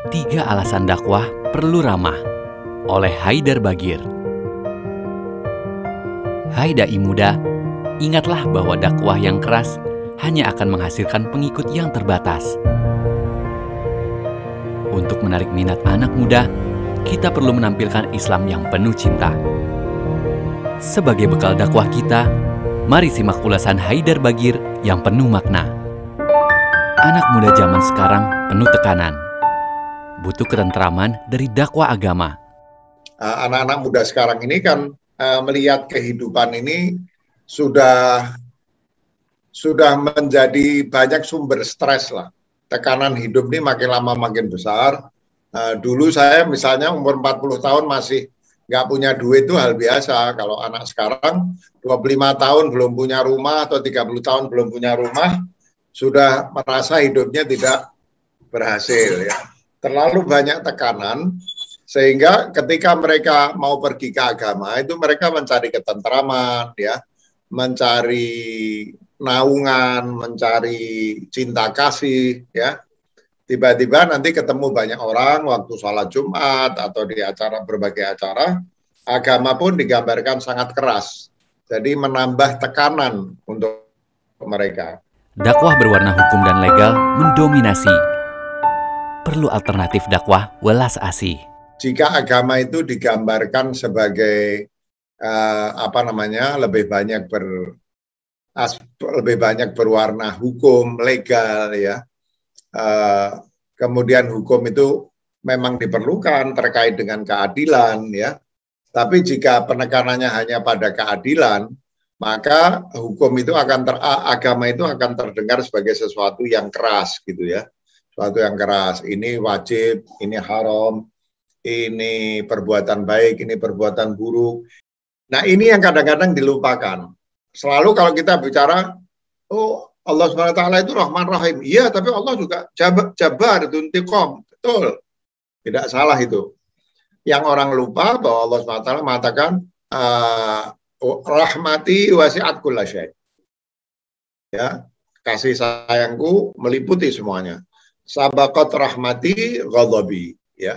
3 alasan dakwah perlu ramah oleh Haidar Bagir. Hai dai muda, ingatlah bahwa dakwah yang keras hanya akan menghasilkan pengikut yang terbatas. Untuk menarik minat anak muda, kita perlu menampilkan Islam yang penuh cinta. Sebagai bekal dakwah kita, mari simak ulasan Haidar Bagir yang penuh makna. Anak muda zaman sekarang penuh tekanan, butuh ketentraman dari dakwah agama. Anak-anak muda sekarang ini kan melihat kehidupan ini sudah menjadi banyak sumber stres lah. Tekanan hidup ini makin lama makin besar. Dulu saya misalnya umur 40 tahun masih nggak punya duit itu hal biasa. Kalau anak sekarang 25 tahun belum punya rumah atau 30 tahun belum punya rumah, sudah merasa hidupnya tidak berhasil ya. Terlalu banyak tekanan sehingga ketika mereka mau pergi ke agama itu mereka mencari ketentraman ya, mencari naungan, mencari cinta kasih ya. Tiba-tiba nanti ketemu banyak orang waktu sholat Jumat atau di acara berbagai acara, agama pun digambarkan sangat keras. Jadi menambah tekanan untuk mereka. Dakwah berwarna hukum dan legal mendominasi. Perlu alternatif dakwah welas asih. Jika agama itu digambarkan sebagai lebih banyak berwarna hukum legal ya, kemudian hukum itu memang diperlukan terkait dengan keadilan ya. Tapi jika penekanannya hanya pada keadilan, maka hukum itu agama itu akan terdengar sebagai sesuatu yang keras gitu ya. Sesuatu yang keras, ini wajib, ini haram, ini perbuatan baik, ini perbuatan buruk. Nah ini yang kadang-kadang dilupakan. Selalu kalau kita bicara, oh Allah SWT itu Rahman Rahim. Iya, tapi Allah juga Jabar, itu Intiqam. Betul. Tidak salah itu. Yang orang lupa bahwa Allah SWT mengatakan, rahmati wasi'at kulla syai'. Ya, kasih sayangku meliputi semuanya. Sabaqat rahmati ghadabi. Ya.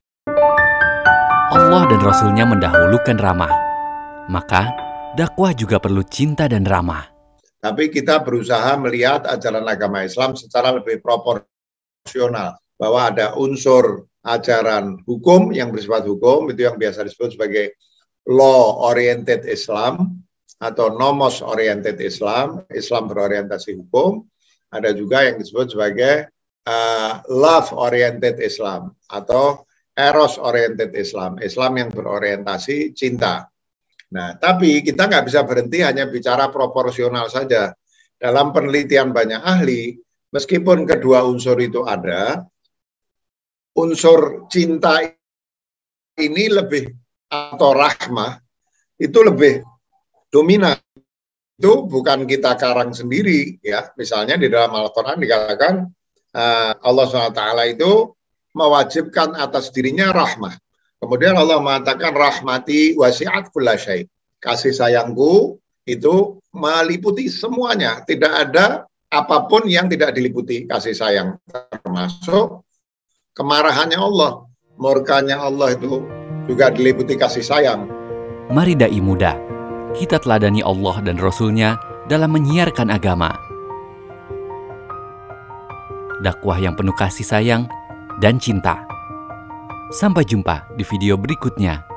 Allah dan Rasulnya mendahulukan ramah. Maka, dakwah juga perlu cinta dan ramah. Tapi kita berusaha melihat ajaran agama Islam secara lebih proporsional. Bahwa ada unsur ajaran hukum yang bersifat hukum, itu yang biasa disebut sebagai law-oriented Islam atau nomos-oriented Islam, Islam berorientasi hukum. Ada juga yang disebut sebagai love-oriented Islam atau eros-oriented Islam, Islam yang berorientasi cinta. Nah, tapi kita nggak bisa berhenti hanya bicara proporsional saja. Dalam penelitian banyak ahli, meskipun kedua unsur itu ada, unsur cinta ini lebih atau rahmah itu lebih dominan. Itu bukan kita karang sendiri ya. Misalnya di dalam Al-Qur'an dikatakan Allah SWT itu mewajibkan atas dirinya rahmah. Kemudian Allah mengatakan rahmati wasi'at kulla syai'. Kasih sayangku itu meliputi semuanya. Tidak ada apapun yang tidak diliputi kasih sayang. Termasuk kemarahannya Allah. Murkanya Allah itu juga diliputi kasih sayang. Mari dai muda, kita teladani Allah dan Rasulnya dalam menyiarkan agama. Dakwah yang penuh kasih sayang dan cinta. Sampai jumpa di video berikutnya.